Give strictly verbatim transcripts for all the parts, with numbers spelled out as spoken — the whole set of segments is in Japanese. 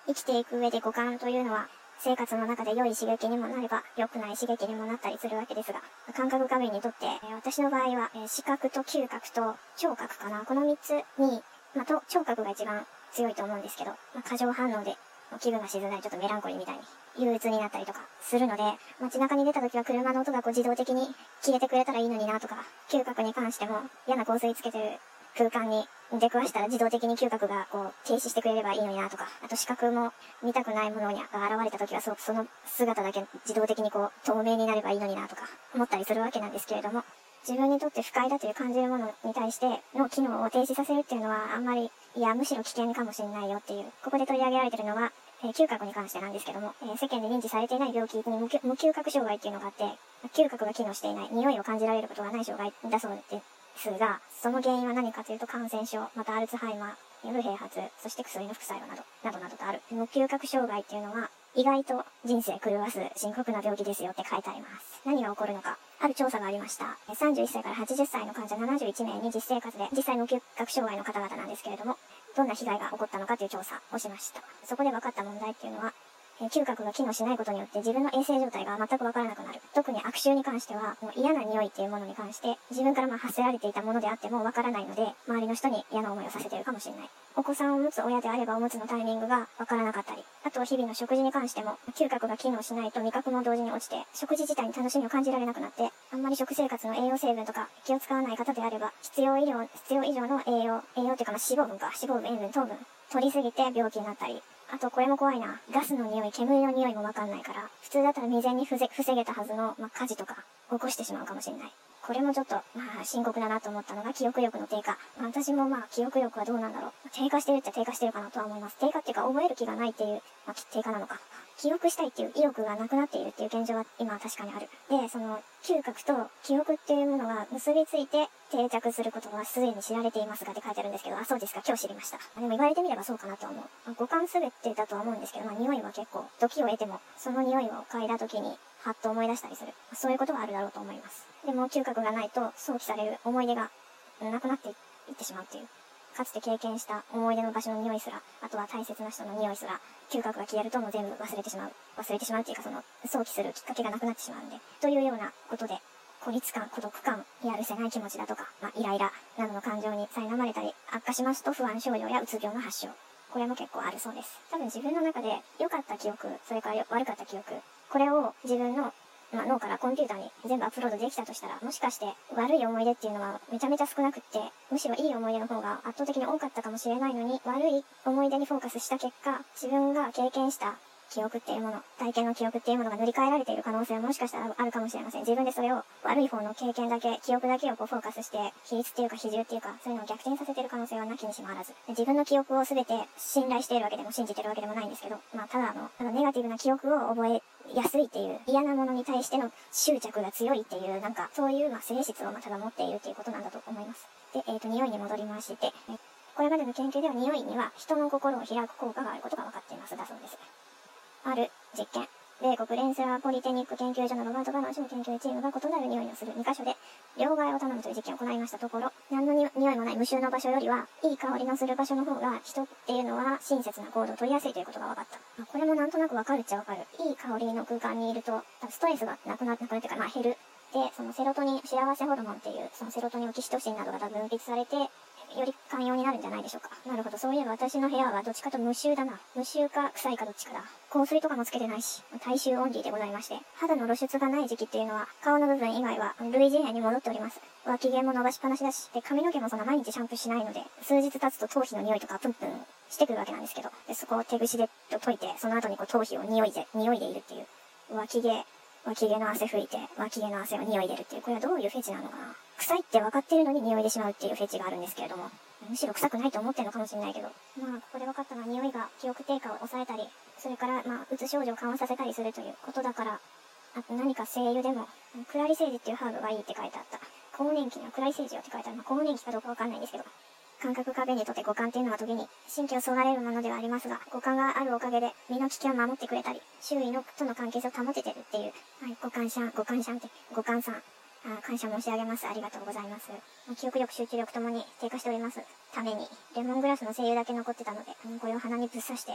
生きていく上で五感というのは、生活の中で良い刺激にもなれば、良くない刺激にもなったりするわけですが、感覚過敏にとって、えー、私の場合は、えー、視覚と嗅覚と聴覚かな。このみっつに、まあ、と、聴覚が一番強いと思うんですけど、まあ、過剰反応で、気分が沈んだり、ちょっとメランコリーみたいに、憂鬱になったりとかするので、街中に出た時は車の音がこう自動的に消えてくれたらいいのになとか、嗅覚に関しても嫌な香水つけてる空間に出くわしたら自動的に嗅覚がこう停止してくれればいいのになとか、あと視覚も見たくないものに現れた時は そ, その姿だけ自動的にこう透明になればいいのになとか思ったりするわけなんですけれども、自分にとって不快だという感じるものに対しての機能を停止させるっていうのはあんまり、いやむしろ危険かもしれないよっていう、ここで取り上げられてるのは、えー、嗅覚に関してなんですけども、えー、世間で認知されていない病気に無嗅、無嗅覚障害っていうのがあって、嗅覚が機能していない、匂いを感じられることがない障害だそうですが、その原因は何かというと感染症、またアルツハイマー、不併発、そして薬の副作用など、などなどとある。無嗅覚障害っていうのは、意外と人生狂わす深刻な病気ですよって書いてあります。何が起こるのか。ある調査がありました。さんじゅういっさいからはちじゅっさいの患者ななじゅういちめいに実生活で、実際無嗅覚障害の方々なんですけれども、どんな被害が起こったのかという調査をしました。そこで分かった問題っていうのは、嗅覚が機能しないことによって自分の衛生状態が全くわからなくなる。特に悪臭に関しては、もう嫌な匂いっていうものに関して、自分からまあ発せられていたものであってもわからないので、周りの人に嫌な思いをさせているかもしれない。お子さんを持つ親であればおむつのタイミングがわからなかったり、あとは日々の食事に関しても、嗅覚が機能しないと味覚も同時に落ちて、食事自体に楽しみを感じられなくなって、あんまり食生活の栄養成分とか気を使わない方であれば、必要以上、必要以上の栄養、栄養というかまあ脂肪分か、脂肪分、塩分、糖分、取りすぎて病気になったり、あとこれも怖いな。ガスの匂い、煙の匂いもわかんないから、普通だったら未然に防げたはずの、まあ、火事とか起こしてしまうかもしれない。これもちょっと、まあ、深刻だなと思ったのが記憶力の低下。まあ、私もまあ、記憶力はどうなんだろう。低下してるっちゃ低下してるかなとは思います。低下っていうか、覚える気がないっていう、まあ、低下なのか。記憶したいっていう意欲がなくなっているっていう現状は今は確かにある。で、その、嗅覚と記憶っていうものが結びついて定着することはすでに知られていますがって書いてあるんですけど、あ、そうですか、今日知りました。でも言われてみればそうかなとは思う。まあ、五感すべてだとは思うんですけど、まあ、匂いは結構、時を得ても、その匂いを嗅いだ時に、はっと思い出したりする。そういうことはあるだろうと思います。でも、嗅覚がないと、想起される思い出がなくなっていってしまうっていう。かつて経験した思い出の場所の匂いすら、あとは大切な人の匂いすら、嗅覚が消えるともう全部忘れてしまう。忘れてしまうっていうか、その、想起するきっかけがなくなってしまうんで。というようなことで、孤立感、孤独感、やるせない気持ちだとか、まあ、イライラなどの感情に苛まれたり、悪化しますと不安症状やうつ病の発症。これも結構あるそうです。多分自分の中で良かった記憶、それから悪かった記憶、これを自分のまあ、脳からコンピューターに全部アップロードできたとしたら、もしかして悪い思い出っていうのはめちゃめちゃ少なくって、むしろいい思い出の方が圧倒的に多かったかもしれないのに、悪い思い出にフォーカスした結果、自分が経験した記憶っていうもの、体験の記憶っていうものが塗り替えられている可能性はもしかしたらあるかもしれません。自分でそれを悪い方の経験だけ、記憶だけをこうフォーカスして、比率っていうか比重っていうか、そういうのを逆転させている可能性はなきにしもあらず。自分の記憶を全て信頼しているわけでも信じているわけでもないんですけど、まあただの、ただネガティブな記憶を覚え安いっていう、嫌なものに対しての執着が強いっていう、なんかそういうまあ性質をまあただ持っているっていうことなんだと思います。で、えっと、匂いに戻りまして、これまでの研究では匂いには人の心を開く効果があることが分かっていますだそうです。ある実験。米国レンスラーポリテニック研究所のロバート・バナー氏の研究チームが異なる匂いをするにカ所で両替を頼むという実験を行いましたところ、何の匂いもない無臭の場所よりは、いい香りのする場所の方が人っていうのは親切な行動を取りやすいということが分かった。これもなんとなく分かるっちゃ分かる。いい香りの空間にいると、ストレスがなくなる、なくなるっていうか、まあ減る。で、そのセロトニン、幸せホルモンっていう、そのセロトニン、オキシトシンなどが分泌されて、より寛容になるんじゃないでしょうか。なるほど。そういえば私の部屋はどっちかと無臭だな。無臭か臭いかどっちかだ。香水とかもつけてないし、大臭オンリーでございまして。肌の露出がない時期っていうのは、顔の部分以外は類人猿に戻っております。脇毛も伸ばしっぱなしだし、で、髪の毛もそんな毎日シャンプーしないので、数日経つと頭皮の匂いとかプンプンしてくるわけなんですけど、で、そこを手ぐしで溶いて、その後にこう頭皮を匂いで、匂いでいるっていう。脇毛、脇毛の汗拭いて、脇毛の汗を匂いでるっていう、これはどういうフェチなのかな。臭いって分かってるのに匂いでしまうっていうフェチがあるんですけれども、むしろ臭くないと思ってるのかもしれないけど、まあここで分かったのは匂いが記憶低下を抑えたり、それからまあうつ症状を緩和させたりするということだから、あと何か精油でも、クラリセージっていうハーブがいいって書いてあった。更年期にはクラリセージをって書いてある。まあ更年期かどうか分かんないんですけど、感覚過敏にとって五感っていうのは時に神経をそがれるものではありますが、五感があるおかげで身の危険を守ってくれたり、周囲のとの関係性を保ててるっていう、はい、五感シャン、五感シャンって、五感さん、あ感謝申し上げます。ありがとうございます。記憶力、集中力ともに低下しておりますために、レモングラスの精油だけ残ってたので、これを鼻にぶっ刺して、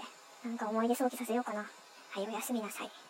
なんか思い出想起させようかな。はい、おやすみなさい。